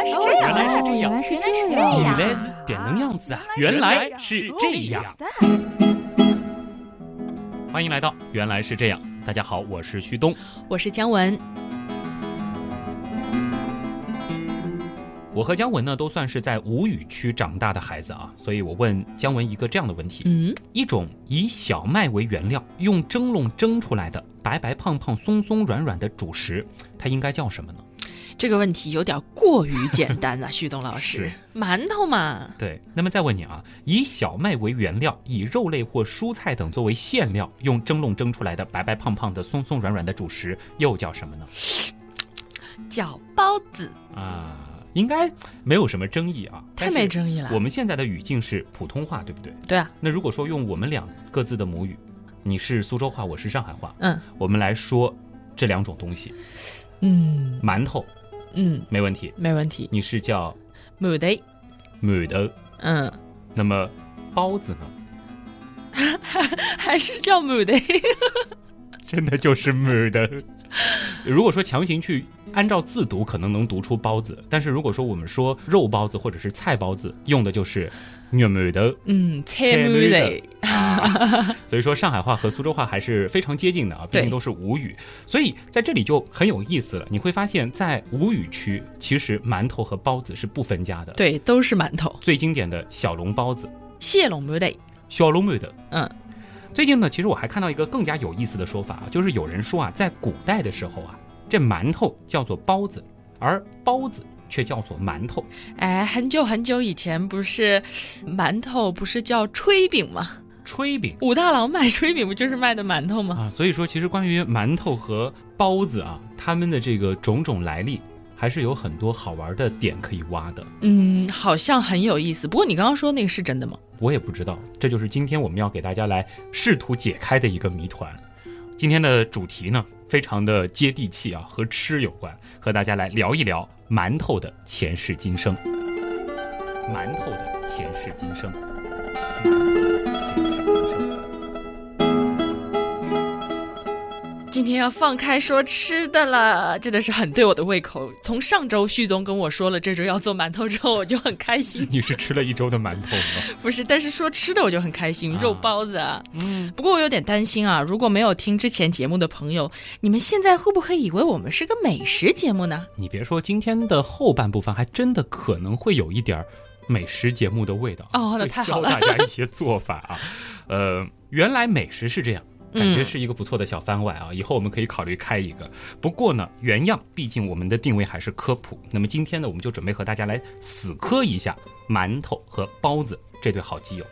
原来是点能样子啊，原来是这样。欢迎来到原来是这样。大家好，我是旭东， 我是姜文。 我和姜文呢都算是在吴语区长大的孩子啊，所以我问姜文一个这样的问题：一种以小麦为原料，用蒸笼蒸出来的白白胖胖、松松软软的主食，它应该叫什么呢？ 这个问题有点过于简单了，旭东老师，馒头嘛。 对，那么再问你啊，以小麦为原料，以肉类或蔬菜等作为馅料，用蒸笼蒸出来的白白胖胖的、松松软软的主食，又叫什么呢？ 叫包子啊。应该没有什么争议啊， 太没争议了。 我们现在的语境是普通话，对不对？ 对啊。 那如果说用我们俩各自的母语，你是苏州话，我是上海话，我们来说这两种东西，馒头，没问题， 没问题。 你是叫馒头，那么包子呢？ 还是叫馒头。 真的就是馒头。如果说强行去按照字读，可能能读出包子，但是如果说我们说肉包子或者是菜包子，用的就是肉馒头， 菜馒头。所以说上海话和苏州话还是非常接近的啊，毕竟都是吴语。所以在这里就很有意思了，你会发现在吴语区，其实馒头和包子是不分家的。 对，都是馒头。 最经典的小笼包子， 蟹笼馒头， 小笼馒头。最近呢，其实我还看到一个更加有意思的说法，就是有人说啊，在古代的时候啊，这馒头叫做包子，而包子却叫做馒头。 哎，很久很久以前，不是馒头不是叫炊饼吗？ 炊饼， 武大郎卖炊饼不就是卖的馒头吗？ 所以说其实关于馒头和包子啊，他们的这个种种来历，还是有很多好玩的点可以挖的。 好像很有意思。不过你刚刚说那个是真的吗？ 我也不知道，这就是今天我们要给大家来试图解开的一个谜团。今天的主题呢，非常的接地气啊，和吃有关，和大家来聊一聊馒头的前世今生。馒头的前世今生，馒头的前世今生。 今天要放开说吃的了，真的是很对我的胃口。从上周旭东跟我说了这周要做馒头之后，我就很开心。 你是吃了一周的馒头吗？ 不是，但是说吃的我就很开心，肉包子啊。不过我有点担心啊，如果没有听之前节目的朋友，你们现在会不会以为我们是个美食节目呢？ 你别说，今天的后半部分还真的可能会有一点美食节目的味道。 那太好了， 教大家一些做法啊。原来美食是这样。感觉是一个不错的小番外啊，以后我们可以考虑开一个。不过呢，原样毕竟我们的定位还是科普，那么今天呢，我们就准备和大家来死磕一下馒头和包子这对好基友。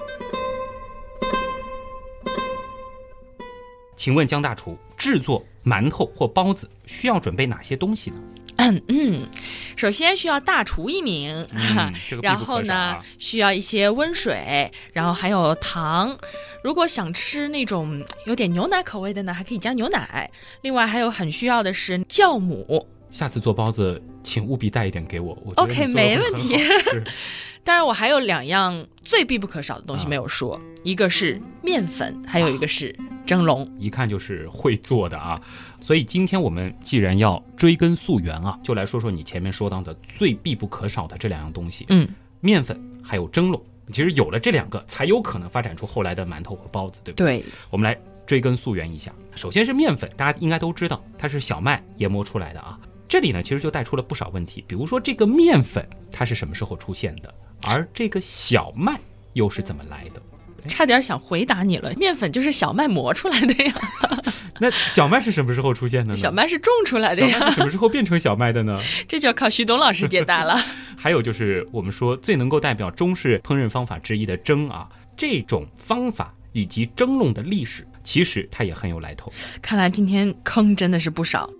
请问姜大厨，制作馒头或包子需要准备哪些东西呢？ 首先需要大厨一名，然后呢需要一些温水，然后还有糖。如果想吃那种有点牛奶口味的呢，还可以加牛奶。另外还有很需要的是酵母。 下次做包子请务必带一点给我。 OK， 没问题。当然我还有两样最必不可少的东西没有说，一个是面粉，还有一个是蒸笼。 一看就是会做的啊。所以今天我们既然要追根溯源啊，就来说说你前面说到的最必不可少的这两样东西。面粉还有蒸笼。其实有了这两个，才有可能发展出后来的馒头和包子，对不对？对。我们来追根溯源一下。首先是面粉，大家应该都知道，它是小麦研磨出来的啊。这里呢，其实就带出了不少问题，比如说这个面粉它是什么时候出现的，而这个小麦又是怎么来的？ 差点想回答你了，面粉就是小麦磨出来的呀。 那小麦是什么时候出现的呢？ 小麦是种出来的呀。 小麦是什么时候变成小麦的呢？ 这就要靠旭东老师解答了。 还有就是我们说最能够代表中式烹饪方法之一的蒸啊，这种方法以及蒸笼的历史，其实它也很有来头。 看来今天坑真的是不少。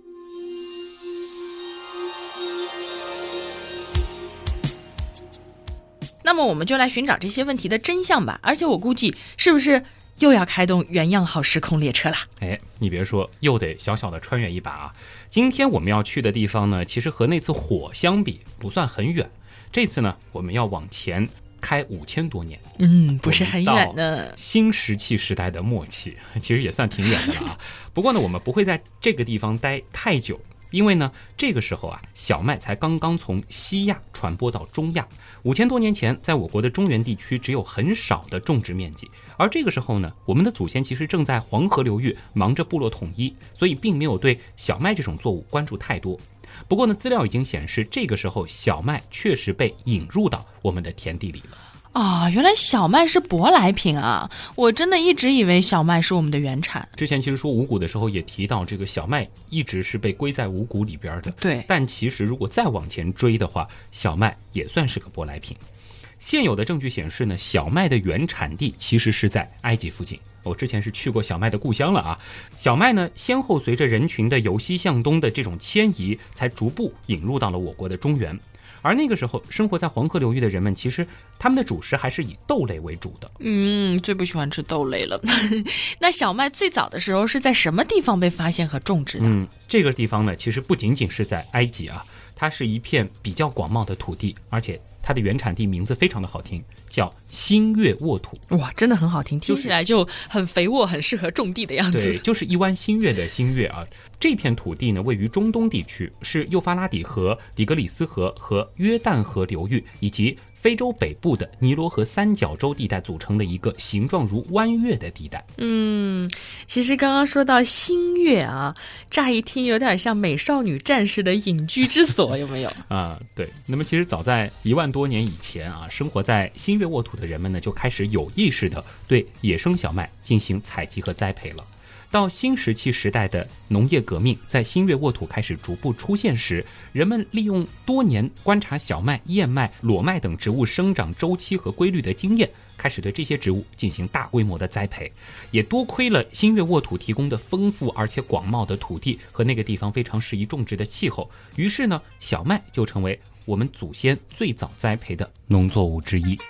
那么我们就来寻找这些问题的真相吧。而且我估计是不是又要开动原样号时空列车了？ 你别说，又得小小的穿越一把啊。今天我们要去的地方呢，其实和那次火相比不算很远。这次呢，我们要往前开5000多年， 不是很远的。 新石器时代的末期，其实也算挺远的了啊。不过呢，我们不会在这个地方待太久， 因为呢，这个时候啊，小麦才刚刚从西亚传播到中亚。5000多年前，在我国的中原地区只有很少的种植面积，而这个时候呢，我们的祖先其实正在黄河流域忙着部落统一，所以并没有对小麦这种作物关注太多。不过呢，资料已经显示，这个时候小麦确实被引入到我们的田地里了。 原来小麦是舶来品啊！我真的一直以为小麦是我们的原产。 之前其实说五谷的时候也提到，这个小麦一直是被归在五谷里边的。 对， 但其实如果再往前追的话，小麦也算是个舶来品。现有的证据显示呢，小麦的原产地其实是在埃及附近。我之前是去过小麦的故乡了啊。小麦呢，先后随着人群的由西向东的这种迁移，才逐步引入到了我国的中原。而那个时候生活在黄河流域的人们，其实他们的主食还是以豆类为主的。 最不喜欢吃豆类了。那小麦最早的时候是在什么地方被发现和种植的？ 这个地方呢，其实不仅仅是在埃及啊，它是一片比较广袤的土地，而且它的原产地名字非常的好听，叫新月沃土。 哇，真的很好听，听起来就很肥沃，很适合种地的样子。 对，就是一湾新月的新月啊。这片土地呢，位于中东地区，是幼发拉底河、底格里斯河和约旦河流域以及非洲北部的尼罗河三角洲地带组成的一个形状如弯月的地带。 其实刚刚说到新月啊，乍一听有点像美少女战士的隐居之所，有没有？ 对。那么其实早在1万多年以前啊，生活在新月沃土的人们呢，就开始有意识地对野生小麦进行采集和栽培了。到新石器时代的农业革命在新月沃土开始逐步出现时，人们利用多年观察小麦、燕麦、裸麦等植物生长周期和规律的经验，开始对这些植物进行大规模的栽培。也多亏了新月沃土提供的丰富而且广袤的土地和那个地方非常适宜种植的气候，于是呢，小麦就成为我们祖先最早栽培的农作物之一。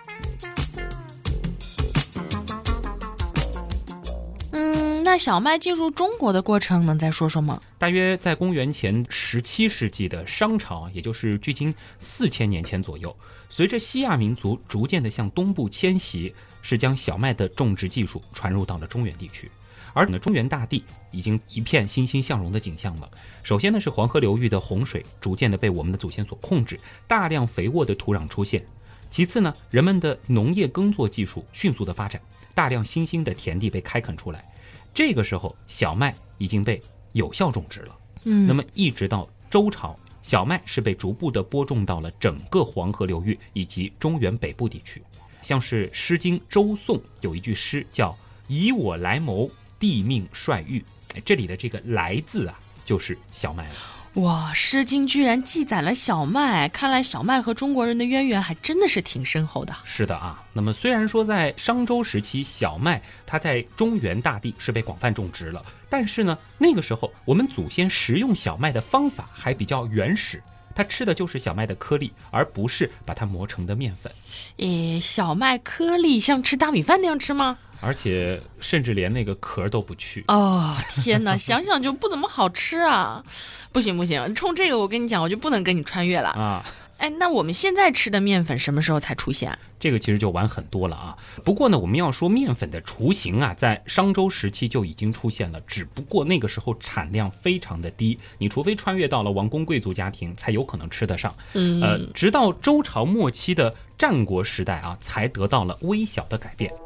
那小麦进入中国的过程能再说说吗？ 大约在公元前17世纪的商朝，也就是距今4000年前左右，随着西亚民族逐渐的向东部迁徙，是将小麦的种植技术传入到了中原地区。而呢，中原大地已经一片欣欣向荣的景象了。首先呢，是黄河流域的洪水逐渐的被我们的祖先所控制，大量肥沃的土壤出现。其次呢，人们的农业耕作技术迅速的发展，大量新兴的田地被开垦出来。这个时候，小麦已经被有效种植了。那么一直到周朝，小麦是被逐步的播种到了整个黄河流域以及中原北部地区。像是《诗经·周颂》有一句诗叫“以我来谋，地命率遇”，这里的这个“来”字啊，就是小麦了。 哇，《诗经》居然记载了小麦，看来小麦和中国人的渊源还真的是挺深厚的。 是的啊，那么虽然说在商周时期，小麦它在中原大地是被广泛种植了，但是呢，那个时候我们祖先食用小麦的方法还比较原始，它吃的就是小麦的颗粒，而不是把它磨成的面粉。 小麦颗粒像吃大米饭那样吃吗？ 而且甚至连那个壳都不去。 天哪，想想就不怎么好吃啊！不行，冲这个我跟你讲，我就不能跟你穿越了啊！那我们现在吃的面粉什么时候才出现？ 这个其实就晚很多了啊。不过呢，我们要说面粉的雏形啊，在商周时期就已经出现了，只不过那个时候产量非常的低，你除非穿越到了王公贵族家庭，才有可能吃得上。直到周朝末期的战国时代啊，才得到了微小的改变。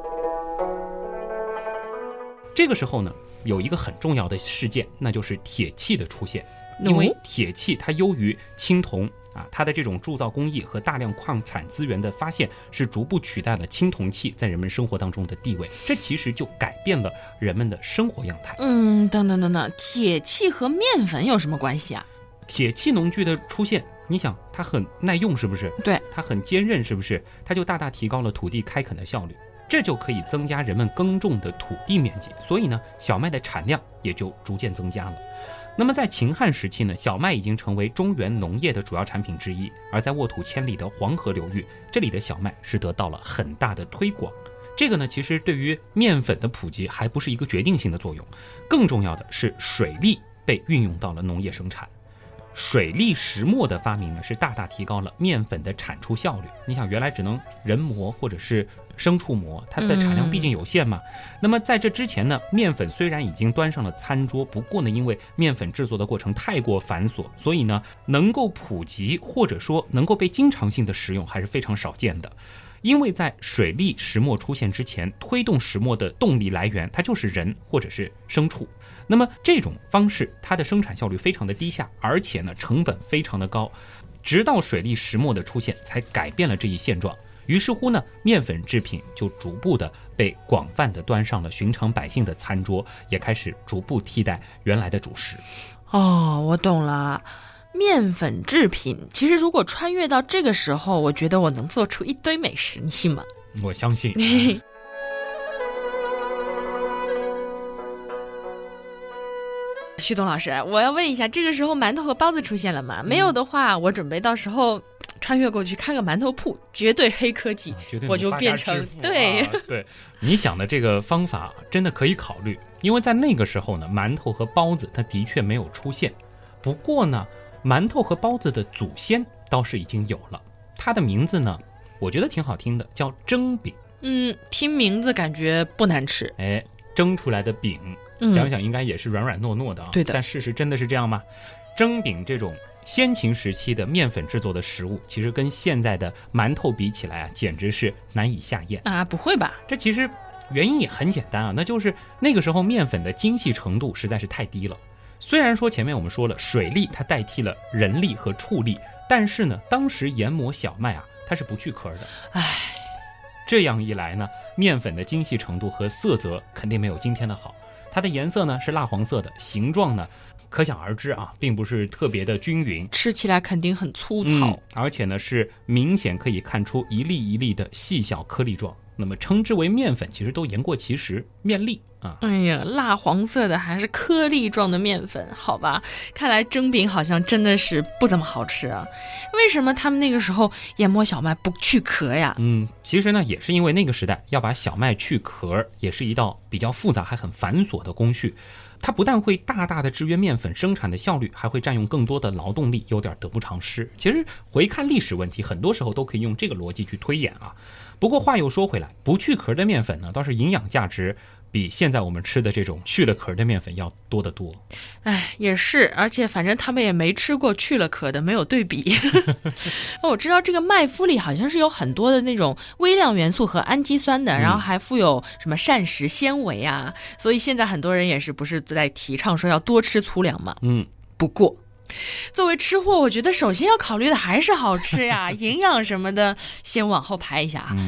这个时候呢，有一个很重要的事件，那就是铁器的出现。因为铁器它优于青铜啊，它的这种铸造工艺和大量矿产资源的发现，是逐步取代了青铜器在人们生活当中的地位。这其实就改变了人们的生活样态。 等，铁器和面粉有什么关系啊？ 铁器农具的出现，你想它很耐用，是不是？ 对， 它很坚韧，是不是？它就大大提高了土地开垦的效率。这就可以增加人们耕种的土地面积，所以呢，小麦的产量也就逐渐增加了。那么在秦汉时期呢，小麦已经成为中原农业的主要产品之一，而在沃土千里的黄河流域，这里的小麦是得到了很大的推广。这个呢，其实对于面粉的普及还不是一个决定性的作用，更重要的是水利被运用到了农业生产。 水力石磨的发明呢，是大大提高了面粉的产出效率。你想，原来只能人磨或者是牲畜磨，它的产量毕竟有限嘛。那么在这之前呢，面粉虽然已经端上了餐桌，不过呢，因为面粉制作的过程太过繁琐，所以呢，能够普及或者说能够被经常性的使用还是非常少见的。因为在水力石磨出现之前，推动石磨的动力来源它就是人或者是牲畜。那么这种方式它的生产效率非常的低下，而且呢成本非常的高，直到水力石磨的出现才改变了这一现状。于是乎呢，面粉制品就逐步的被广泛的端上了寻常百姓的餐桌，也开始逐步替代原来的主食。 哦，我懂了。面粉制品其实如果穿越到这个时候，我觉得我能做出一堆美食，你信吗？ 我相信。 旭东老师，我要问一下，这个时候馒头和包子出现了吗？没有的话，我准备到时候穿越过去开个馒头铺，绝对黑科技，我就变成对。 你想的这个方法真的可以考虑，因为在那个时候呢，馒头和包子它的确没有出现。不过呢，馒头和包子的祖先倒是已经有了，它的名字呢，我觉得挺好听的，叫蒸饼。 听名字感觉不难吃。 蒸出来的饼，想想应该也是软软糯糯的啊。 对的。 但事实真的是这样吗？蒸饼这种先秦时期的面粉制作的食物，其实跟现在的馒头比起来啊，简直是难以下咽啊！不会吧？ 这其实原因也很简单啊，那就是那个时候面粉的精细程度实在是太低了。虽然说前面我们说了水力它代替了人力和畜力，但是呢，当时研磨小麦啊，它是不去壳的。这样一来呢，面粉的精细程度和色泽肯定没有今天的好。它的颜色呢是蜡黄色的，形状呢可想而知啊，并不是特别的均匀， 吃起来肯定很粗糙， 而且呢是明显可以看出一粒一粒的细小颗粒状。那么称之为面粉，其实都言过其实，面粒啊。 哎呀，蜡黄色的还是颗粒状的面粉，好吧，看来蒸饼好像真的是不怎么好吃啊。为什么他们那个时候研磨小麦不去壳呀？ 其实呢也是因为那个时代要把小麦去壳也是一道比较复杂还很繁琐的工序，它不但会大大的制约面粉生产的效率，还会占用更多的劳动力，有点得不偿失。其实回看历史问题，很多时候都可以用这个逻辑去推演啊。不过话又说回来，不去壳的面粉呢，倒是营养价值比现在我们吃的这种去了壳的面粉要多得多。 也是，而且反正他们也没吃过去了壳的，没有对比。我知道这个麦麸里好像是有很多的那种微量元素和氨基酸的，然后还富有什么膳食纤维啊，所以现在很多人也是不是在提倡说要多吃粗粮嘛。不过作为吃货，我觉得首先要考虑的还是好吃呀，营养什么的先往后排一下啊。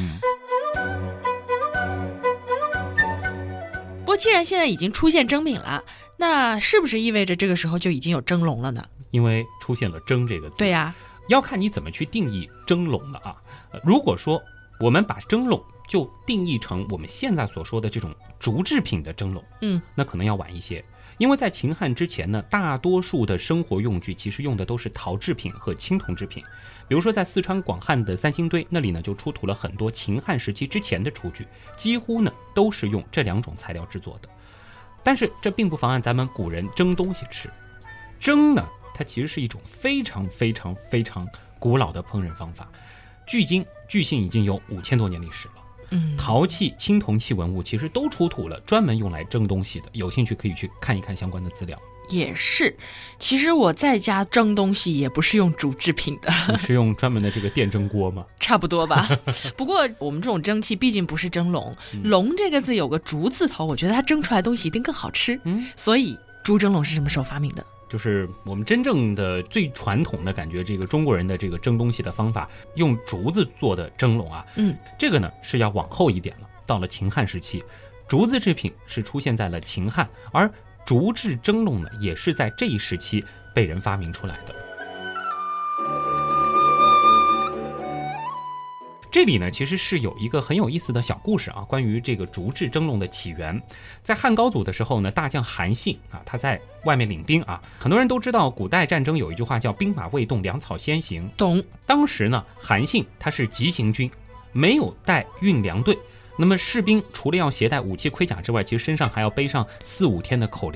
不过既然现在已经出现蒸饼了，那是不是意味着这个时候就已经有蒸笼了呢？ 因为出现了蒸这个字。 对呀， 要看你怎么去定义蒸笼了啊。如果说我们把蒸笼就定义成我们现在所说的这种竹制品的蒸笼，那可能要晚一些。因为在秦汉之前呢，大多数的生活用具其实用的都是陶制品和青铜制品。比如说在四川广汉的三星堆那里呢，就出土了很多秦汉时期之前的厨具，几乎呢都是用这两种材料制作的。但是这并不妨碍咱们古人蒸东西吃。蒸呢，它其实是一种非常非常非常古老的烹饪方法，距今已经有5000多年历史了。陶器、青铜器文物其实都出土了专门用来蒸东西的，有兴趣可以去看一看相关的资料。 也是，其实我在家蒸东西也不是用竹制品的。 你是用专门的这个电蒸锅吗？ 差不多吧。不过我们这种蒸汽毕竟不是蒸笼，笼这个字有个竹字头，我觉得它蒸出来的东西一定更好吃。所以竹蒸笼是什么时候发明的？ 就是我们真正的最传统的感觉，这个中国人的这个蒸东西的方法，用竹子做的蒸笼啊，这个呢是要往后一点了。到了秦汉时期，竹子制品是出现在了秦汉，而竹制蒸笼呢，也是在这一时期被人发明出来的。这里呢，其实是有一个很有意思的小故事啊，关于这个竹制蒸笼的起源。在汉高祖的时候呢，大将韩信啊，他在外面领兵啊，很多人都知道古代战争有一句话叫兵马未动，粮草先行。 懂。 当时呢，韩信他是急行军，没有带运粮队。那么士兵除了要携带武器盔甲之外，其实身上还要背上4-5天的口粮。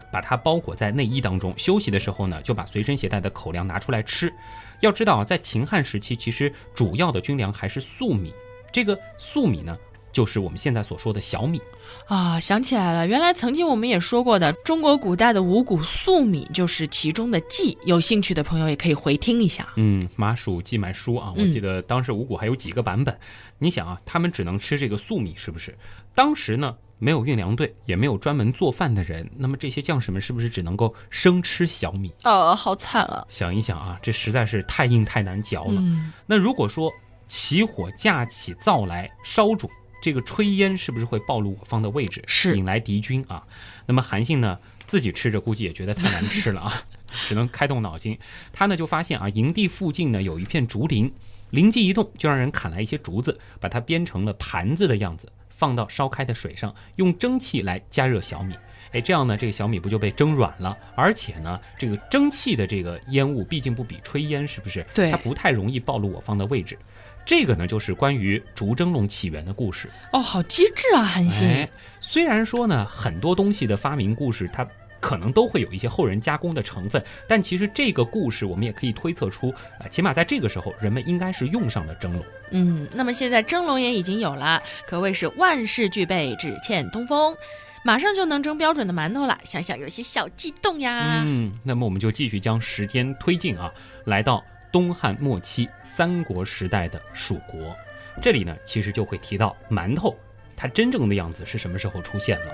把它包裹在内衣当中，休息的时候呢，就把随身携带的口粮拿出来吃。要知道啊，在秦汉时期，其实主要的军粮还是粟米。这个粟米呢，就是我们现在所说的小米啊。想起来了，原来曾经我们也说过的，中国古代的五谷粟米就是其中的稷。有兴趣的朋友也可以回听一下。 麻黍荠麦菽啊，我记得当时五谷还有几个版本。你想啊，他们只能吃这个粟米，是不是？当时呢，没有运粮队，也没有专门做饭的人，那么这些将士们是不是只能够生吃小米？ 好惨啊！ 想一想啊，这实在是太硬太难嚼了。那如果说起火架起灶来烧煮，这个炊烟是不是会暴露我方的位置， 是引来敌军啊？那么韩信呢，自己吃着估计也觉得太难吃了啊，只能开动脑筋。他呢就发现啊，营地附近呢有一片竹林，灵机一动，就让人砍来一些竹子，把它编成了盘子的样子，放到烧开的水上，用蒸汽来加热小米。这样呢，这个小米不就被蒸软了？而且呢，这个蒸汽的这个烟雾毕竟不比炊烟，是不是？ 对， 它不太容易暴露我方的位置。这个呢，就是关于竹蒸笼起源的故事。 好机智啊，韩信。 虽然说呢，很多东西的发明故事，它可能都会有一些后人加工的成分，但其实这个故事我们也可以推测出，起码在这个时候，人们应该是用上了蒸笼。 那么现在蒸笼也已经有了，可谓是万事俱备，只欠东风。马上就能蒸标准的馒头了，想想有些小激动呀。 那么我们就继续将时间推进啊，来到东汉末期三国时代的蜀国。这里呢，其实就会提到馒头，它真正的样子是什么时候出现了？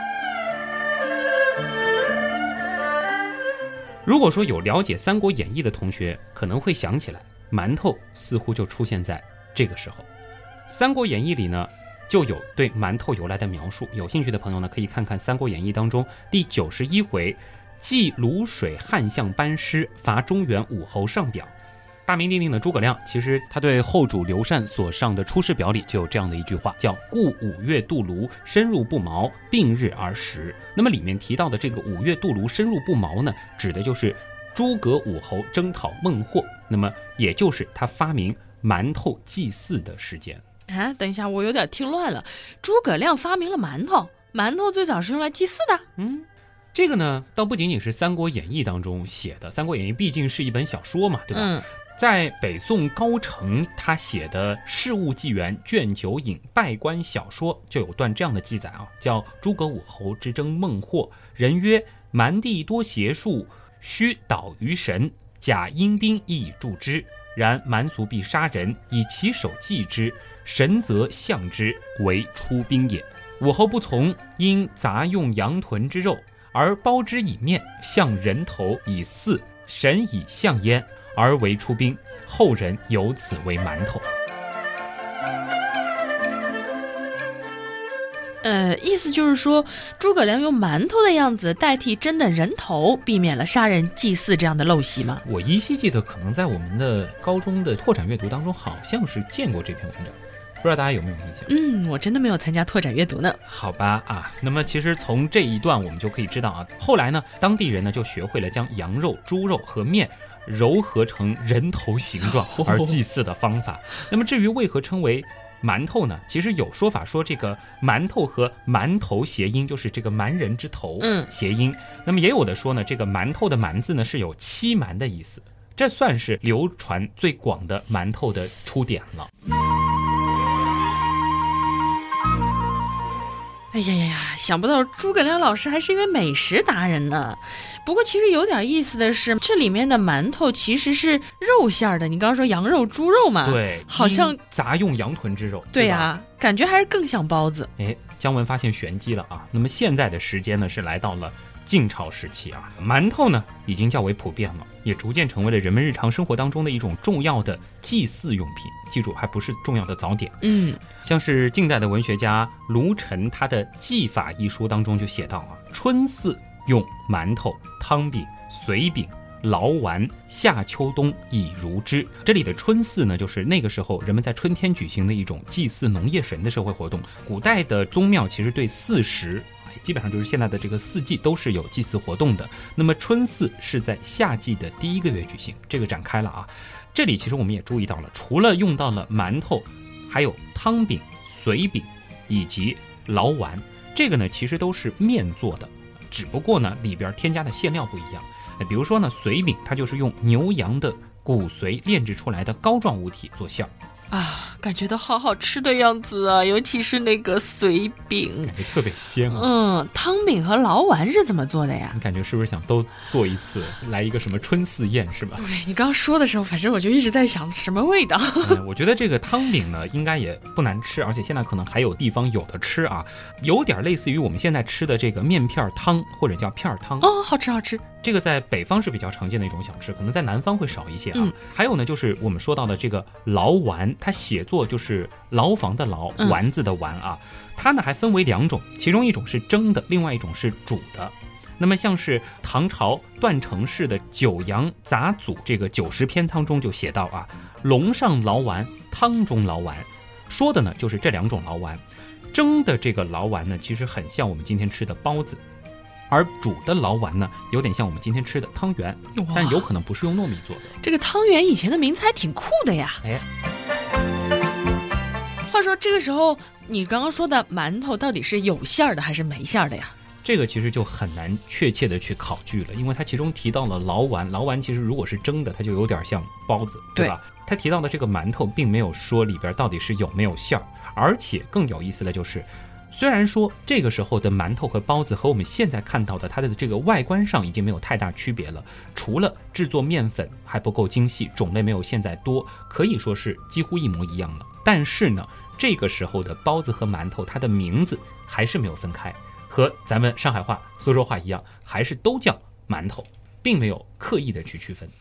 如果说有了解《三国演义》的同学，可能会想起来，馒头似乎就出现在这个时候。《三国演义》里呢，就有对馒头由来的描述。有兴趣的朋友呢，可以看看《三国演义》当中第91回，祭卤水汉相班师，伐中原武侯上表。大名鼎鼎的诸葛亮，其实他对后主刘禅所上的出师表里就有这样的一句话，叫故5月渡卢，深入不毛，并日而食。那么里面提到的这个5月渡卢，深入不毛呢，指的就是诸葛武侯征讨孟获，那么也就是他发明馒头祭祀的时间。 等一下，我有点听乱了。诸葛亮发明了馒头，馒头最早是用来祭祀的？ 这个呢，倒不仅仅是《三国演义》当中写的，《三国演义》毕竟是一本小说嘛，对吧？在北宋高澄他写的《事物纪元》卷9引拜官小说就有段这样的记载啊，叫诸葛武侯之征孟获，人曰蛮地多邪术，须导于神，假阴兵亦助之，然蛮俗必杀人，以其手祭之，神则相之，为出兵也。武侯不从，因杂用羊豚之肉，而包之以面，向人头以祀，神以相焉，而为出兵，后人由此为馒头。 意思就是说，诸葛亮用馒头的样子代替真的人头，避免了杀人祭祀这样的陋习吗？ 我依稀记得，可能在我们的高中的拓展阅读当中，好像是见过这篇文章，不知道大家有没有印象？ 我真的没有参加拓展阅读呢。 好吧啊，那么其实从这一段我们就可以知道啊，后来呢，当地人呢就学会了将羊肉、猪肉和面糅合成人头形状而祭祀的方法。那么至于为何称为馒头呢？其实有说法说这个馒头和馒头谐音，就是这个蛮人之头谐音。那么也有的说呢，这个馒头的馒字呢是有欺瞒的意思，这算是流传最广的馒头的出典了。 哎呀，想不到诸葛亮老师还是一位美食达人呢。不过其实有点意思的是，这里面的馒头其实是肉馅的。你刚刚说羊肉、猪肉嘛， 对， 好像杂用羊臀之肉。 对呀，感觉还是更像包子。 姜文发现玄机了啊！那么现在的时间呢，是来到了晋朝时期啊，馒头呢已经较为普遍了，也逐渐成为了人们日常生活当中的一种重要的祭祀用品。记住，还不是重要的早点。像是近代的文学家卢沉，他的《祭法》一书当中就写到啊，春祀用馒头、汤饼、随饼、劳丸，夏秋冬以如之。这里的春祀呢，就是那个时候人们在春天举行的一种祭祀农业神的社会活动。古代的宗庙其实对四时，基本上就是现在的这个四季都是有祭祀活动的。那么春祀是在夏季的第1个月举行，这个展开了啊。这里其实我们也注意到了，除了用到了馒头，还有汤饼、随饼以及劳丸，这个呢其实都是面做的。 只不过呢里边添加的馅料不一样。比如说呢，髓饼它就是用牛羊的骨髓炼制出来的膏状物体做馅儿。 感觉到好好吃的样子啊，尤其是那个髓饼， 感觉特别鲜啊。 汤饼和醪丸是怎么做的呀？ 你感觉是不是想都做一次，来一个什么春四宴是吧？ 对，你刚刚说的时候，反正我就一直在想什么味道。 我觉得这个汤饼呢，应该也不难吃，而且现在可能还有地方有的吃啊，有点类似于我们现在吃的这个面片汤或者叫片汤。 好吃好吃。 这个在北方是比较常见的一种小吃，可能在南方会少一些啊。还有呢，就是我们说到的这个醪丸，它写作就是牢房的牢，丸子的丸啊。它呢还分为2种，其中一种是蒸的，另外一种是煮的。那么像是唐朝段成式的《九阳杂祖》这个90篇汤中就写到啊，笼上醪丸，汤中醪丸，说的呢就是这2种醪丸。蒸的这个醪丸呢，其实很像我们今天吃的包子。而煮的醪丸呢，有点像我们今天吃的汤圆，但有可能不是用糯米做的。 这个汤圆以前的名字还挺酷的呀。话说这个时候，你刚刚说的馒头到底是有馅儿的还是没馅儿的呀？ 这个其实就很难确切的去考据了，因为它其中提到了醪丸，醪丸其实如果是蒸的，它就有点像包子，对吧？他提到的这个馒头并没有说里边到底是有没有馅儿，而且更有意思的就是，虽然说这个时候的馒头和包子和我们现在看到的它的这个外观上已经没有太大区别了，除了制作面粉还不够精细，种类没有现在多，可以说是几乎一模一样了。但是呢，这个时候的包子和馒头它的名字还是没有分开，和咱们上海话、苏州话一样，还是都叫馒头，并没有刻意的去区分。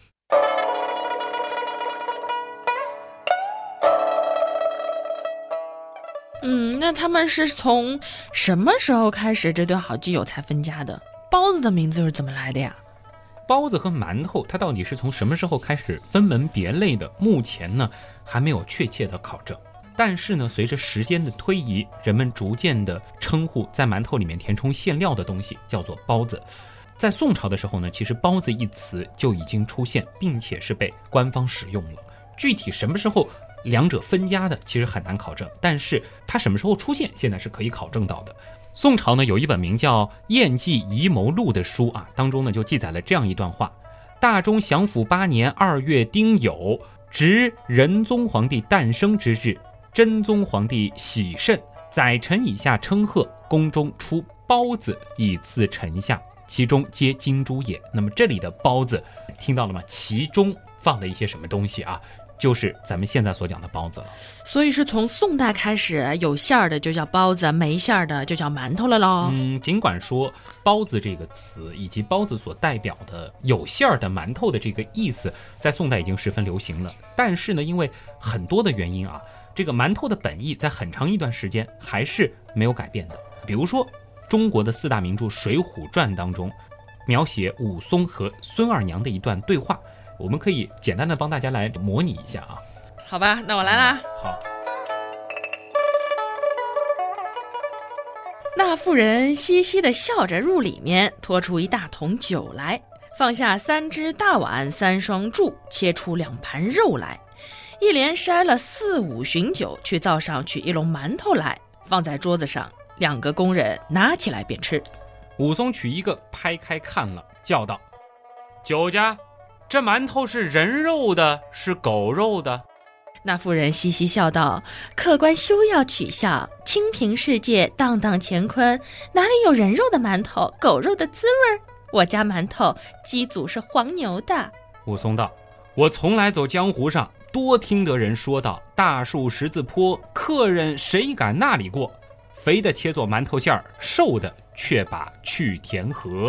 那他们是从什么时候开始这对好基友才分家的？包子的名字是怎么来的呀？ 包子和馒头它到底是从什么时候开始分门别类的？目前呢还没有确切的考证。但是呢，随着时间的推移，人们逐渐的称呼在馒头里面填充馅料的东西叫做包子。在宋朝的时候呢，其实包子一词就已经出现，并且是被官方使用了。具体什么时候两者分家的其实很难考证，但是它什么时候出现现在是可以考证到的。宋朝呢有一本名叫《晏记遗谋录》的书啊，当中呢就记载了这样一段话：大中祥符8年2月丁酉，值仁宗皇帝诞生之日，真宗皇帝喜甚，宰臣以下称贺，宫中出包子以赐臣下，其中皆金珠也。那么这里的包子听到了吗？其中放了一些什么东西啊？就是咱们现在所讲的包子了。 所以是从宋代开始，有馅儿的就叫包子，没馅儿的就叫馒头了咯。 尽管说包子这个词以及包子所代表的有馅儿的馒头的这个意思在宋代已经十分流行了，但是呢因为很多的原因啊，这个馒头的本意在很长一段时间还是没有改变的。比如说中国的4大名著《水浒传》当中描写武松和孙二娘的一段对话，我们可以简单的帮大家来模拟一下啊。 好吧，那我来啦。 好。 那妇人嘻嘻地笑着入里面，拖出一大桶酒来，放下3只大碗、3双箸，切出2盘肉来，一连筛了4、5巡酒，去灶上取1笼馒头来，放在桌子上，2个工人拿起来便吃。 武松取一个拍开看了，叫道：酒家，这馒头是人肉的，是狗肉的？ 那妇人嘻嘻笑道：客官休要取笑，清平世界，荡荡乾坤，哪里有人肉的馒头，狗肉的滋味？我家馒头鸡祖是黄牛的。 武松道：我从来走江湖上，多听得人说道，大树十字坡，客人谁敢那里过？肥的切做馒头馅儿，瘦的却把去填河。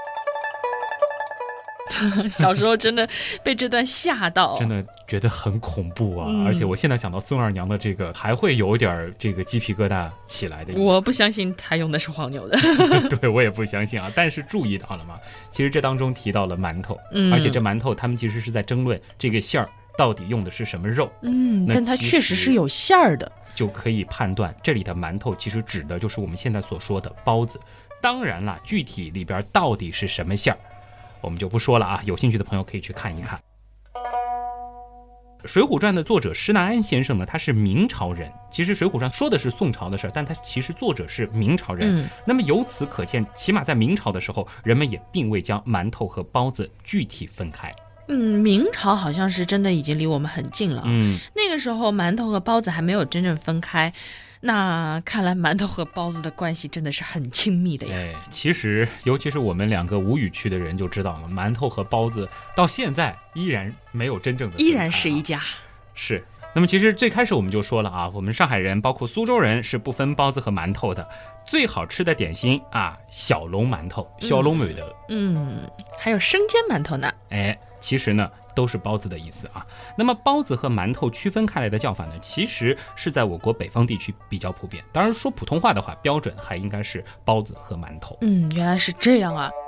小时候真的被这段吓到， 真的觉得很恐怖啊！而且我现在想到孙二娘的这个，还会有点这个鸡皮疙瘩起来的。 我不相信他用的是黄牛的。 对，我也不相信啊。但是注意到了吗？其实这当中提到了馒头，而且这馒头他们其实是在争论这个馅儿到底用的是什么肉。 但它确实是有馅儿的， 就可以判断这里的馒头其实指的就是我们现在所说的包子。当然啦，具体里边到底是什么馅儿，我们就不说了啊，有兴趣的朋友可以去看一看。 水浒传》的作者施耐庵先生呢，他是明朝人。其实《水浒传》说的是宋朝的事儿，但他其实作者是明朝人。那么由此可见，起码在明朝的时候，人们也并未将馒头和包子具体分开。 明朝好像是真的已经离我们很近了。那个时候馒头和包子还没有真正分开。那看来馒头和包子的关系真的是很亲密的呀。 其实尤其是我们2个无语区的人就知道了，馒头和包子到现在依然没有真正的分开， 依然是一家。 是。那么其实最开始我们就说了啊，我们上海人包括苏州人是不分包子和馒头的。最好吃的点心啊，小笼馒头，小笼馒头。 还有生煎馒头呢。 其实呢都是包子的意思啊。那么包子和馒头区分开来的叫法呢，其实是在我国北方地区比较普遍。当然说普通话的话，标准还应该是包子和馒头。 原来是这样啊。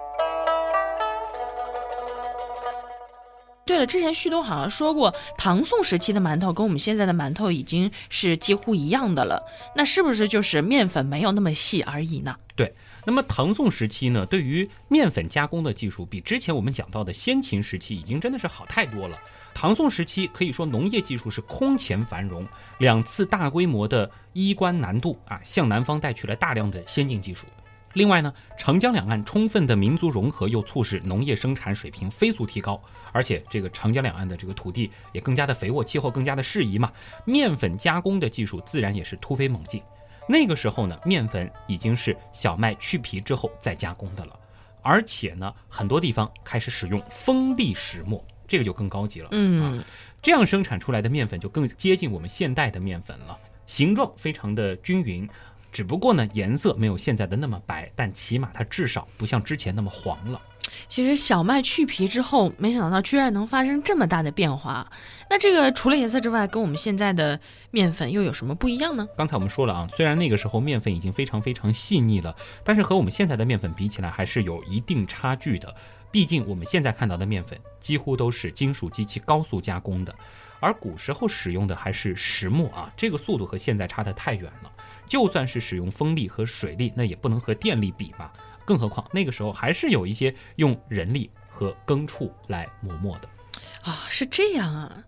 对了，之前旭东好像说过，唐宋时期的馒头跟我们现在的馒头已经是几乎一样的了，那是不是就是面粉没有那么细而已呢？ 对，那么唐宋时期呢，对于面粉加工的技术比之前我们讲到的先秦时期已经真的是好太多了。唐宋时期可以说农业技术是空前繁荣，2次大规模的衣冠南渡啊，向南方带去了大量的先进技术。另外呢，长江两岸充分的民族融合又促使农业生产水平飞速提高，而且这个长江两岸的这个土地也更加的肥沃，气候更加的适宜嘛，面粉加工的技术自然也是突飞猛进。那个时候呢，面粉已经是小麦去皮之后再加工的了，而且呢，很多地方开始使用风力石磨，这个就更高级了。这样生产出来的面粉就更接近我们现代的面粉了，形状非常的均匀。只不过呢，颜色没有现在的那么白，但起码它至少不像之前那么黄了。 其实小麦去皮之后，没想到居然能发生这么大的变化。那这个除了颜色之外，跟我们现在的面粉又有什么不一样呢？ 刚才我们说了啊，虽然那个时候面粉已经非常非常细腻了，但是和我们现在的面粉比起来还是有一定差距的。毕竟我们现在看到的面粉几乎都是金属机器高速加工的，而古时候使用的还是石磨啊，这个速度和现在差得太远了。就算是使用风力和水力，那也不能和电力比嘛。更何况那个时候还是有一些用人力和耕畜来磨磨的。 是这样啊。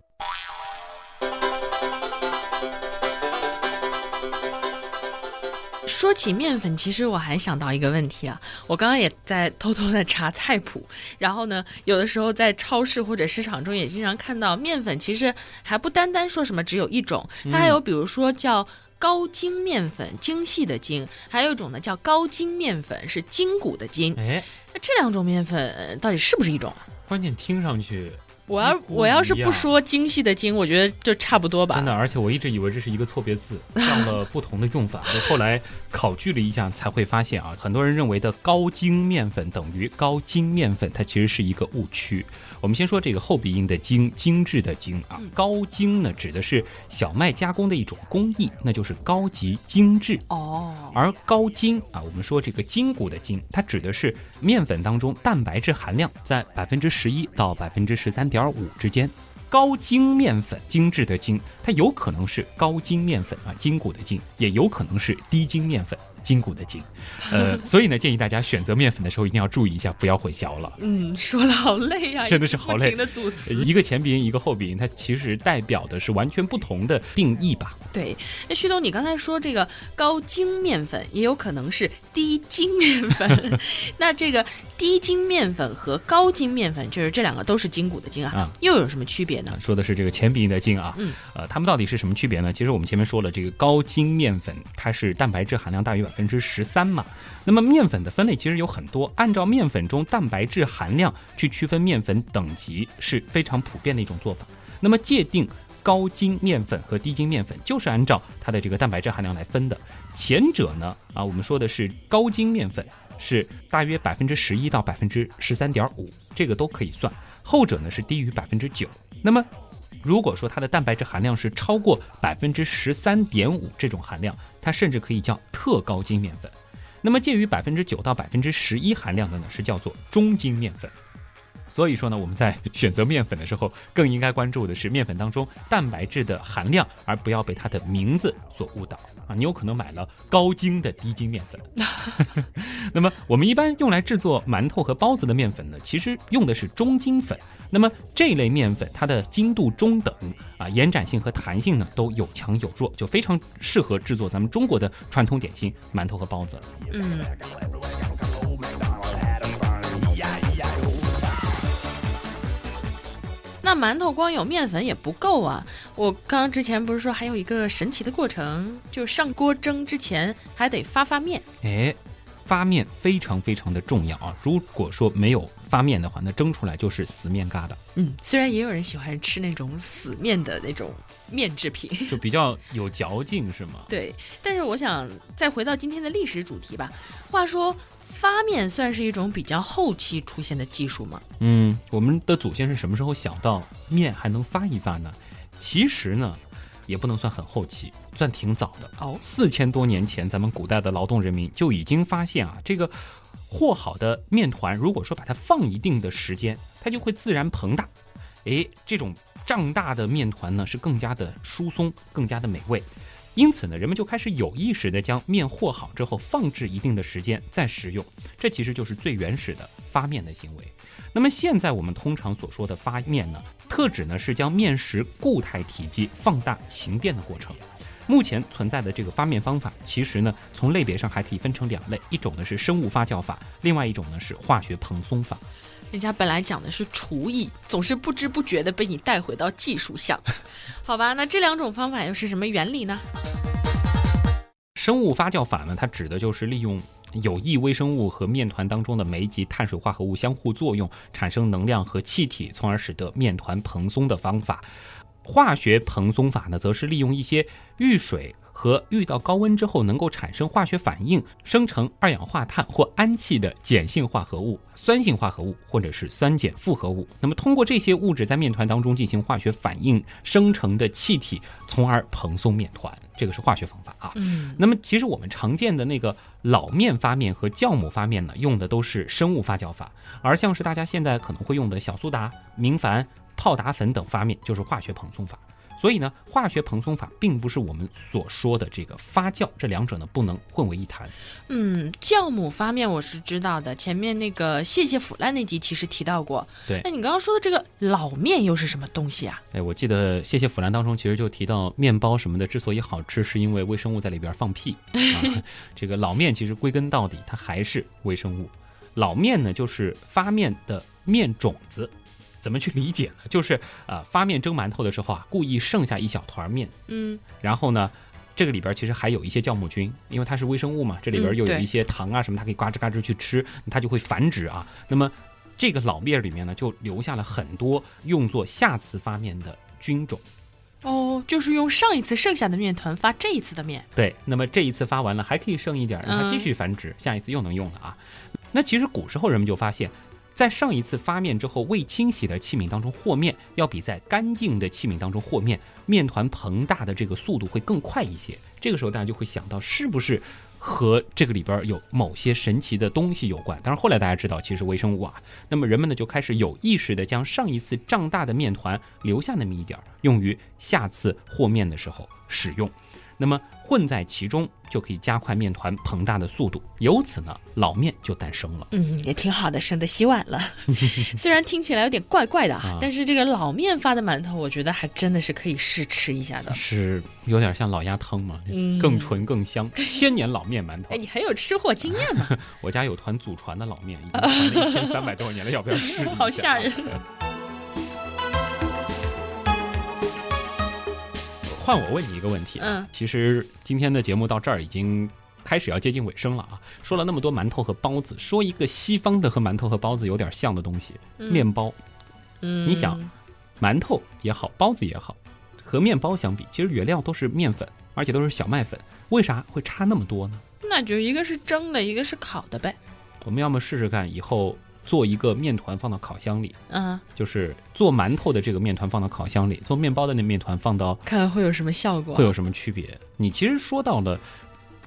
说起面粉，其实我还想到一个问题啊，我刚刚也在偷偷的查菜谱，然后呢，有的时候在超市或者市场中也经常看到面粉，其实还不单单说什么只有一种，它还有比如说叫高筋面粉，精细的精，还有一种呢叫高筋面粉，是筋骨的筋。那这2种面粉到底是不是一种啊？ 关键听上去我要是不说精细的精，我觉得就差不多吧。 真的，而且我一直以为这是一个错别字，上了不同的用法。我后来考据了一下，才会发现啊，很多人认为的高筋面粉等于高筋面粉，它其实是一个误区。我们先说这个后鼻音的精，精致的精啊。高精呢，指的是小麦加工的一种工艺，那就是高级精致。而高筋啊，我们说这个筋骨的筋，它指的是面粉当中蛋白质含量在11%到13.5%之间。高筋面粉，精致的精，它有可能是高筋面粉啊，筋骨的筋，也有可能是低筋面粉，筋骨的筋。所以呢，建议大家选择面粉的时候一定要注意一下，不要混淆了。 说的好累啊， 真的是好累。 不停的组词， 一个前鼻音，一个后鼻音，它其实代表的是完全不同的定义吧。 对，那旭东，你刚才说这个高筋面粉也有可能是低筋面粉，那这个低筋面粉和高筋面粉，就是这2个都是筋骨的筋啊，又有什么区别呢？ 说的是这个前鼻音的筋啊，它们到底是什么区别呢？其实我们前面说了，这个高筋面粉它是蛋白质含量大于13%嘛。那么面粉的分类其实有很多，按照面粉中蛋白质含量去区分面粉等级是非常普遍的一种做法。那么界定高筋面粉和低筋面粉就是按照它的这个蛋白质含量来分的。前者呢我们说的是高筋面粉是大约11%到13.5%，这个都可以算。后者呢是低于9%。那么如果说它的蛋白质含量是超过13.5%这种含量，它甚至可以叫特高筋面粉。那么介于9%到11%含量的呢是叫做中筋面粉。 所以说呢，我们在选择面粉的时候，更应该关注的是面粉当中蛋白质的含量，而不要被它的名字所误导啊！你有可能买了高筋的低筋面粉。那么我们一般用来制作馒头和包子的面粉呢，其实用的是中筋粉。那么这类面粉它的筋度中等啊，延展性和弹性呢都有强有弱，就非常适合制作咱们中国的传统点心馒头和包子。 那馒头光有面粉也不够啊！我刚刚之前不是说还有一个神奇的过程，就上锅蒸之前还得发面。 发面非常非常的重要啊！如果说没有发面的话，那蒸出来就是死面疙瘩。 虽然也有人喜欢吃那种死面的那种面制品， 就比较有嚼劲，是吗？ 对，但是我想再回到今天的历史主题吧。话说发面算是一种比较后期出现的技术吗？ 我们的祖先是什么时候想到面还能发一发呢？其实呢，也不能算很后期，算挺早的。4000多年前，咱们古代的劳动人民就已经发现啊，这个和好的面团，如果说把它放一定的时间，它就会自然膨大。这种胀大的面团呢，是更加的疏松，更加的美味。因此呢，人们就开始有意识地将面和好之后放置一定的时间再食用，这其实就是最原始的发面的行为。那么现在我们通常所说的发面呢，特指呢是将面食固态体积放大形变的过程。目前存在的这个发面方法，其实呢从类别上还可以分成2类，一种呢是生物发酵法，另外一种呢是化学蓬松法。 人家本来讲的是厨艺，总是不知不觉的被你带回到技术项。好吧，那这2种方法又是什么原理呢？ 生物发酵法呢，它指的就是利用有益微生物和面团当中的酶及碳水化合物相互作用，产生能量和气体，从而使得面团蓬松的方法。化学蓬松法呢，则是利用一些遇水和遇到高温之后能够产生化学反应，生成二氧化碳或氨气的碱性化合物、酸性化合物或者是酸碱复合物。那么通过这些物质在面团当中进行化学反应生成的气体，从而蓬松面团。这个是化学方法啊。那么其实我们常见的那个老面发面和酵母发面呢，用的都是生物发酵法，而像是大家现在可能会用的小苏打、明矾、泡打粉等发面就是化学蓬松法。所以呢，化学蓬松法并不是我们所说的这个发酵，这2者呢不能混为一谈。 酵母发面我是知道的，前面那个谢谢腐烂那集其实提到过。 对， 那你刚刚说的这个老面又是什么东西啊？ 我记得谢谢腐烂当中其实就提到面包什么的之所以好吃，是因为微生物在里边放屁这个老面其实归根到底它还是微生物。老面呢就是发面的面种子。怎么去理解呢？就是发面蒸馒头的时候啊，故意剩下一小团面，然后呢，这个里边其实还有一些酵母菌，因为它是微生物嘛，这里边又有一些糖啊什么，它可以嘎吱嘎吱去吃，它就会繁殖啊。那么这个老面里面呢，就留下了很多用作下次发面的菌种。 就是用上一次剩下的面团发这一次的面。对， 那么这一次发完了，还可以剩一点，让它继续繁殖，下一次又能用了啊。那其实古时候人们就发现，在上一次发面之后未清洗的器皿当中和面，要比在干净的器皿当中和面，面团膨大的这个速度会更快一些。这个时候大家就会想到，是不是和这个里边有某些神奇的东西有关？当然后来大家知道其实是微生物啊。那么人们呢就开始有意识的将上一次胀大的面团留下那么一点，用于下次和面的时候使用。那么混在其中就可以加快面团膨大的速度，由此呢老面就诞生了。 也挺好的，省得洗碗了。虽然听起来有点怪怪的但是这个老面发的馒头我觉得还真的是可以试吃一下的， 是有点像老鸭汤嘛，更纯更香，1000年老面馒头。 你很有吃货经验嘛。 我家有团祖传的老面，已经传了1300多年了，要不要试一下？ 好吓人。 换我问你一个问题其实今天的节目到这儿已经开始要接近尾声了啊。说了那么多馒头和包子，说一个西方的和馒头和包子有点像的东西，面包。你想，馒头也好，包子也好，和面包相比，其实原料都是面粉，而且都是小麦粉，为啥会差那么多呢？ 那就一个是蒸的，一个是烤的呗。 我们要么试试看，以后做一个面团放到烤箱里，就是做馒头的这个面团放到烤箱里，做面包的那面团放到， 看看会有什么效果， 会有什么区别。你其实说到了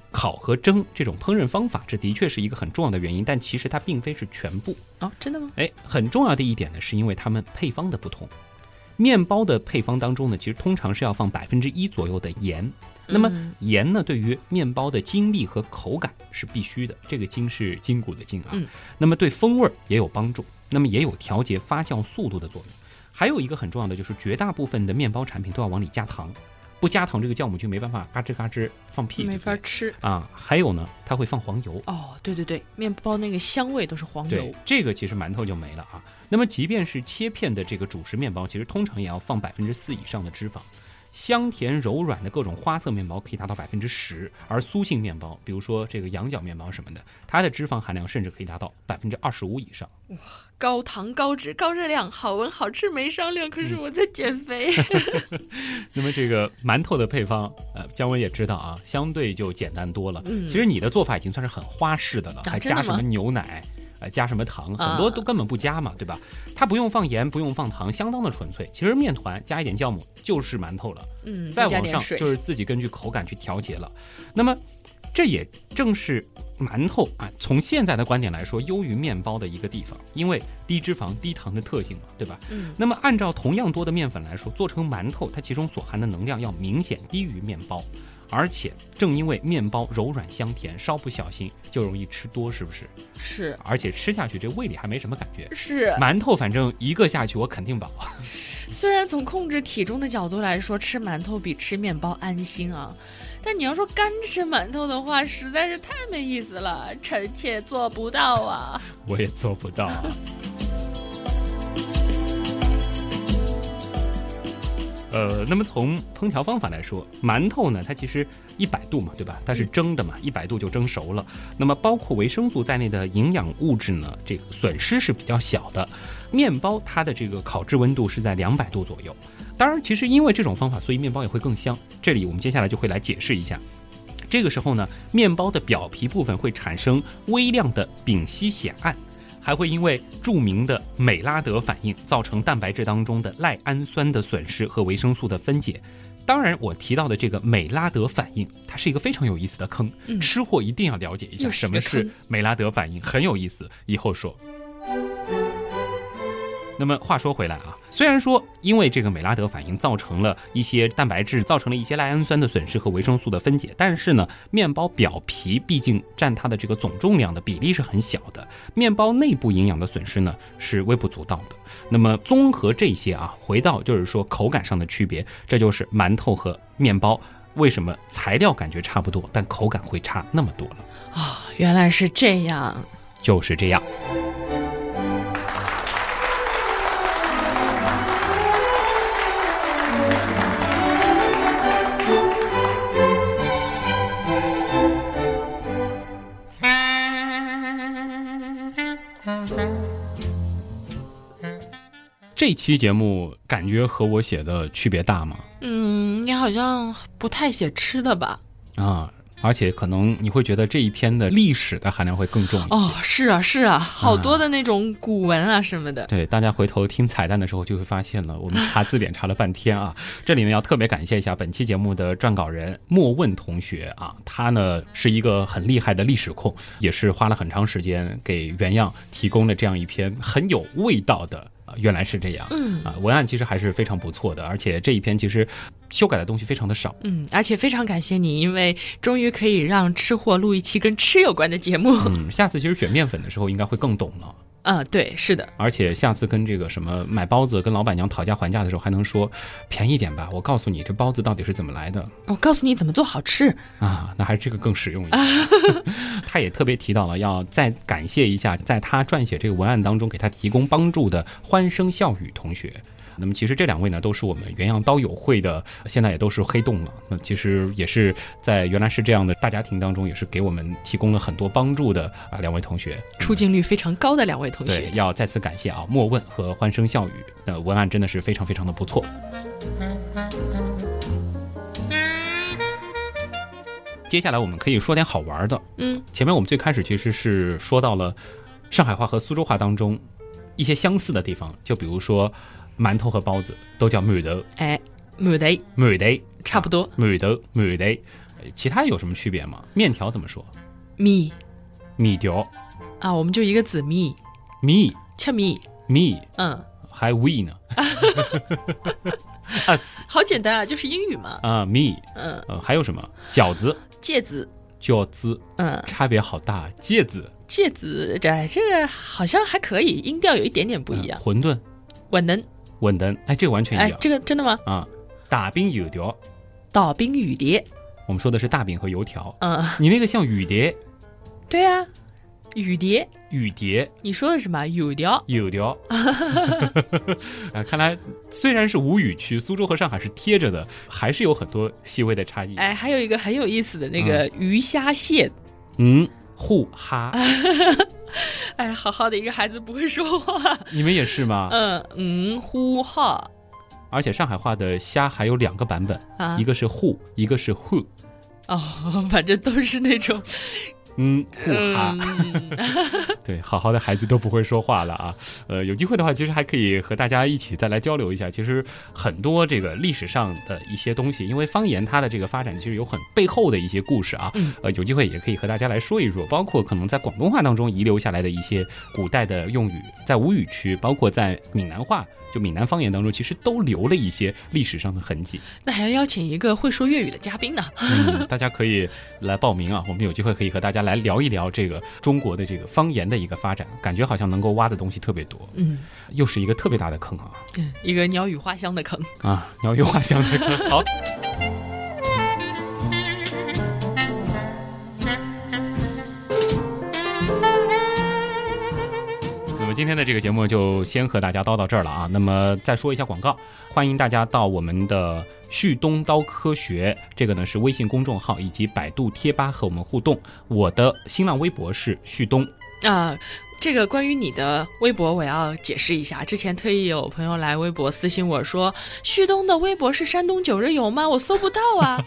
烤和蒸这种烹饪方法，这的确是一个很重要的原因，但其实它并非是全部。 哦，真的吗？ 很重要的一点呢，是因为它们配方的不同。面包的配方当中呢，其实通常是要放1%左右的盐。那么盐呢，对于面包的筋力和口感是必须的，这个筋是筋骨的筋啊。那么对风味也有帮助，那么也有调节发酵速度的作用。还有一个很重要的就是，绝大部分的面包产品都要往里加糖，不加糖这个酵母菌没办法嘎吱嘎吱放屁， 没法吃啊。还有呢，它会放黄油。 哦，对对对，面包那个香味都是黄油。 对，这个其实馒头就没了啊。那么即便是切片的这个主食面包，其实通常也要放4%以上的脂肪。香甜柔软的各种花色面包可以达到10%，而酥性面包，比如说这个羊角面包什么的，它的脂肪含量甚至可以达到25%以上。 哇，高糖高脂高热量，好闻好吃没商量，可是我在减肥。 那么这个馒头的配方，姜文也知道啊，相对就简单多了。其实你的做法已经算是很花式的了，还加什么牛奶？加什么糖，很多都根本不加嘛，对吧？它不用放盐，不用放糖，相当的纯粹。其实面团加一点酵母就是馒头了，再往上就是自己根据口感去调节了。那么这也正是馒头啊，从现在的观点来说，优于面包的一个地方，因为低脂肪、低糖的特性嘛，对吧？那么按照同样多的面粉来说，做成馒头，它其中所含的能量要明显低于面包。而且正因为面包柔软香甜，稍不小心就容易吃多，是不是？ 是。 而且吃下去这胃里还没什么感觉。 是。 馒头反正一个下去我肯定饱。 虽然从控制体重的角度来说，吃馒头比吃面包安心啊，但你要说干吃馒头的话，实在是太没意思了，臣妾做不到啊。 我也做不到啊。那么从烹调方法来说，馒头呢，它其实100度嘛，对吧？它是蒸的嘛，100度就蒸熟了。那么包括维生素在内的营养物质呢，这个损失是比较小的。面包它的这个烤制温度是在200度左右。当然，其实因为这种方法，所以面包也会更香。这里我们接下来就会来解释一下。这个时候呢，面包的表皮部分会产生微量的丙烯酰胺。还会因为著名的美拉德反应造成蛋白质当中的赖氨酸的损失和维生素的分解。当然我提到的这个美拉德反应，它是一个非常有意思的坑，吃货一定要了解一下什么是美拉德反应，很有意思，以后说。那么话说回来啊，虽然说因为这个美拉德反应造成了一些蛋白质，造成了一些赖氨酸的损失和维生素的分解，但是呢，面包表皮毕竟占它的这个总重量的比例是很小的，面包内部营养的损失呢是微不足道的。那么综合这些啊，回到就是说口感上的区别，这就是馒头和面包为什么材料感觉差不多，但口感会差那么多了啊。原来是这样， 就是这样。这期节目感觉和我写的区别大吗？ 你好像不太写吃的吧？ 啊，而且可能你会觉得这一篇的历史的含量会更重一些。 哦，是啊，是啊，好多的那种古文啊什么的。 对，大家回头听彩蛋的时候就会发现了，我们查字典查了半天啊。这里面要特别感谢一下本期节目的撰稿人莫问同学啊，他呢是一个很厉害的历史控，也是花了很长时间给原样提供了这样一篇很有味道的。原来是这样，文案其实还是非常不错的，而且这一篇其实修改的东西非常的少， 而且非常感谢你，因为终于可以让吃货录一期跟吃有关的节目。 下次其实选面粉的时候应该会更懂了。 对，是的。 而且下次跟这个什么买包子跟老板娘讨价还价的时候，还能说便宜点吧，我告诉你这包子到底是怎么来的， 我告诉你怎么做好吃啊，那还是这个更实用一些。他也特别提到了要再感谢一下在他撰写这个文案当中给他提供帮助的欢声笑语同学。那么其实这两位呢都是我们原样刀友会的，现在也都是黑洞了。那其实也是在原来是这样的大家庭当中，也是给我们提供了很多帮助的两位同学， 出镜率非常高的两位同学。 对，要再次感谢啊莫问和欢声笑语。那文案真的是非常非常的不错。接下来我们可以说点好玩的。前面我们最开始其实是说到了上海话和苏州话当中一些相似的地方，就比如说馒头和包子都叫馒头， 馒头， 馒头差不多， 馒头，馒头。 其他有什么区别吗？面条怎么说？ 米条啊，我们就一个字米吃米， 还 we 呢好简单啊，就是英语嘛。 啊米还有什么？饺子芥子， 差别好大。芥子这个好像还可以，音调有一点点不一样。 馄饨稳能， 哎，这个完全一样。 这个真的吗？ 啊，大饼油条， 我们说的是大饼和油条。你那个像雨蝶。 对啊，雨蝶，你说的什么？油条。 看来虽然是无语区，苏州和上海是贴着的，还是有很多细微的差异。 哎，还有一个很有意思的那个鱼虾蟹， 互哈。 哎，好好的一个孩子不会说话。 你们也是吗？ 互哈。 而且上海话的虾还有2个版本，一个是互，一个是互。 反正都是那种。 互哈。对，好好的孩子都不会说话了啊。有机会的话，其实还可以和大家一起再来交流一下。其实很多这个历史上的一些东西，因为方言它的这个发展其实有很背后的一些故事啊。有机会也可以和大家来说一说，包括可能在广东话当中遗留下来的一些古代的用语，在吴语区，包括在闽南话，就闽南方言当中，其实都留了一些历史上的痕迹。 那还要邀请一个会说粤语的嘉宾呢。 大家可以来报名啊，我们有机会可以和大家来聊一聊这个中国的这个方言的一个发展，感觉好像能够挖的东西特别多。又是一个特别大的坑啊。 一个鸟语花香的坑啊，鸟语花香的坑。好。今天的这个节目就先和大家叨到这儿了啊。那么再说一下广告，欢迎大家到我们的旭东刀科学，这个呢是微信公众号以及百度贴吧和我们互动。我的新浪微博是旭东这个关于你的微博我要解释一下，之前特意有朋友来微博私信我说，旭东的微博是山东九日游吗？我搜不到啊。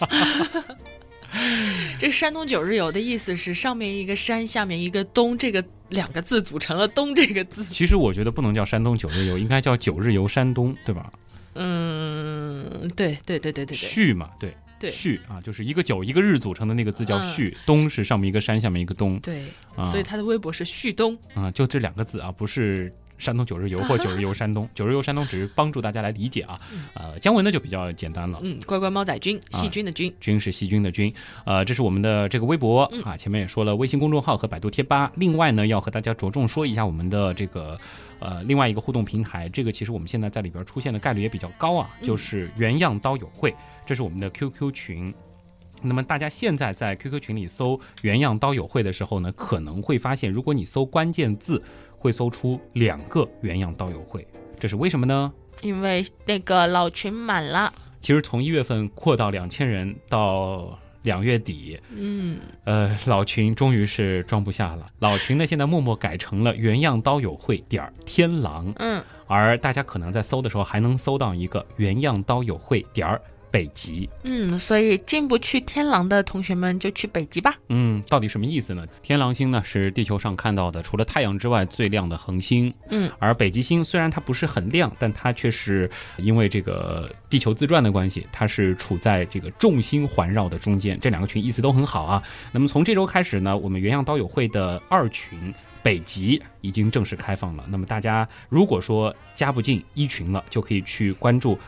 这山东九日游的意思是上面一个山下面一个东，这个2个字组成了东这个字。 其实我觉得不能叫山东九日游，应该叫九日游山东，对吧？ 对。 旭嘛，对，旭啊，就是一个9一个日组成的那个字叫旭，东是上面一个山下面一个东。 对，所以他的微博是旭东就这2个字啊，不是山东九日游或九日游山东。九日游山东只是帮助大家来理解啊。姜文呢就比较简单了。 乖乖猫仔君，细菌的菌， 菌是细菌的菌。这是我们的这个微博啊，前面也说了微信公众号和百度贴吧。另外呢，要和大家着重说一下我们的这个另外一个互动平台，这个其实我们现在在里边出现的概率也比较高啊，就是原样刀友会，这是我们的 QQ 群。那么大家现在在 QQ 群里搜原样刀友会的时候呢，可能会发现如果你搜关键字会搜出2个原样刀友会，这是为什么呢？ 因为那个老群满了。 其实从1月份扩到2000人到2月底，老群终于是装不下了。老群呢现在默默改成了原样刀友会天狼，而大家可能在搜的时候还能搜到一个原样刀友会北极。 所以进不去天狼的同学们就去北极吧。 到底什么意思呢？天狼星呢是地球上看到的除了太阳之外最亮的恒星。而北极星虽然它不是很亮，但它却是因为这个地球自转的关系，它是处在这个众星环绕的中间。这2个群意思都很好啊。那么从这周开始呢，我们原样刀友会的2群北极已经正式开放了。那么大家如果说加不进1群了，就可以去关注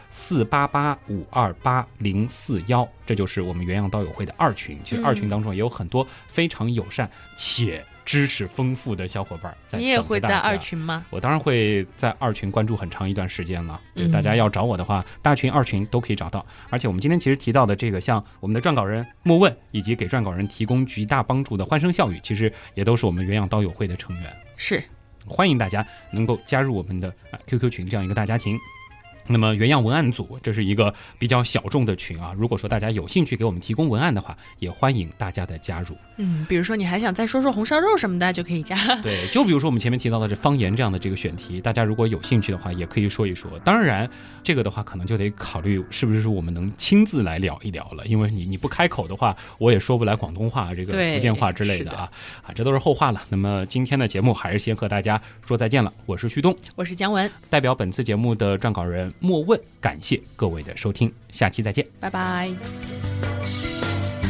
488528041，这就是我们原样刀友会的2群。其实2群当中也有很多非常友善且知识丰富的小伙伴在。 你也会在2群吗？ 我当然会在2群关注很长一段时间了。大家要找我的话，大群2群都可以找到。而且我们今天其实提到的这个像我们的撰稿人莫问以及给撰稿人提供极大帮助的欢声笑语，其实也都是我们原样刀友会的成员。 是， 欢迎大家能够加入我们的QQ 群这样一个大家庭。那么原样文案组，这是一个比较小众的群啊，如果说大家有兴趣给我们提供文案的话，也欢迎大家的加入。 比如说你还想再说说红烧肉什么的，就可以加。 对，就比如说我们前面提到的这方言这样的这个选题，大家如果有兴趣的话也可以说一说。当然这个的话可能就得考虑是不是我们能亲自来聊一聊了，因为你不开口的话，我也说不来广东话这个福建话之类的啊，这都是后话了。那么今天的节目还是先和大家说再见了，我是旭东， 我是姜文， 代表本次节目的撰稿人莫问，感谢各位的收听，下期再见， 拜拜。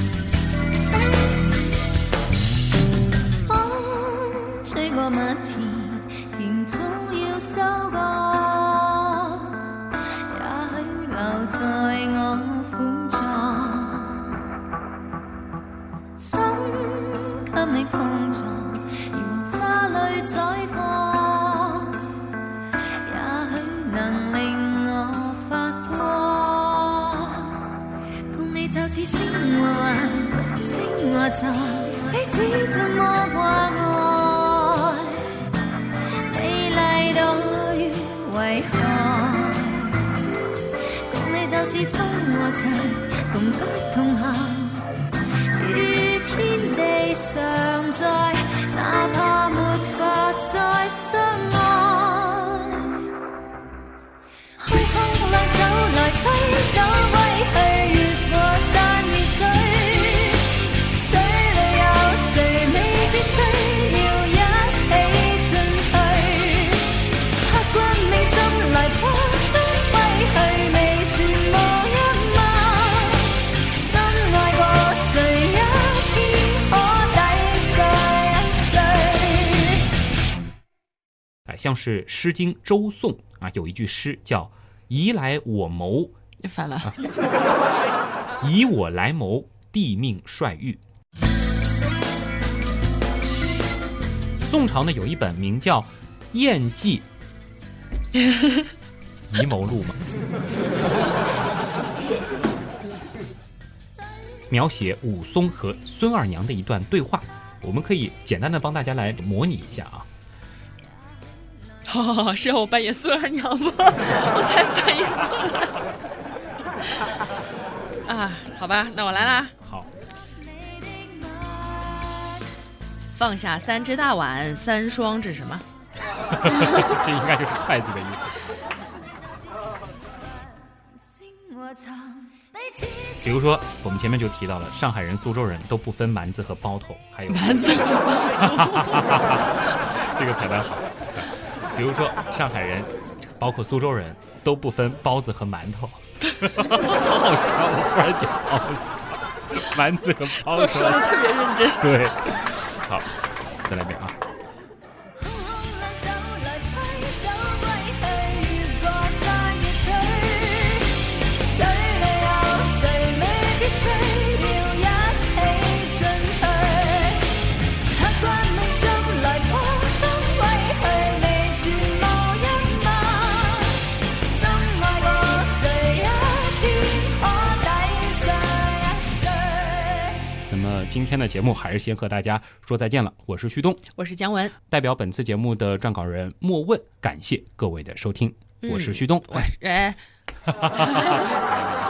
吹過蜜田，田總要收割，也許留在我苦楚，心給你碰撞，如沙裏採過，也許能令我發光，共你就似星和雲，星和塵，彼此怎麼掛礙，美麗到於為何？共你就是風和塵，共不同行，與天地常在，哪怕沒法再相愛。空空兩手來揮手揮去，越過山與水，水裏有誰未必需要一起進去，刻骨銘心來破心揮去，未算無一物，深愛過誰一天可抵碎一碎。 像是《詩經·周頌》啊，有一句诗叫“宜來我謀”， 反了， 以我來謀，地命帥玉。宋朝呢有一本名叫《晏记宜谋录》嘛，描写武松和孙二娘的一段对话，我们可以简单的帮大家来模拟一下啊。 是要我扮演孙二娘吗？我才扮演过来啊！好吧，那我来啦。 好， 放下3只大碗，3双这是什么？ 这应该就是筷子的意思。比如说，我们前面就提到了，上海人、苏州人都不分馒子和包头，还有馒子和包头， 这个彩蛋好。比如说，上海人包括苏州人都不分包子和馒头，好笑！我忽然讲包子、馒子和包头， 我说的特别认真。 对，好，再来一遍啊。今天的节目还是先和大家说再见了，我是旭东， 我是姜文， 代表本次节目的撰稿人莫问，感谢各位的收听，我是旭东， 我是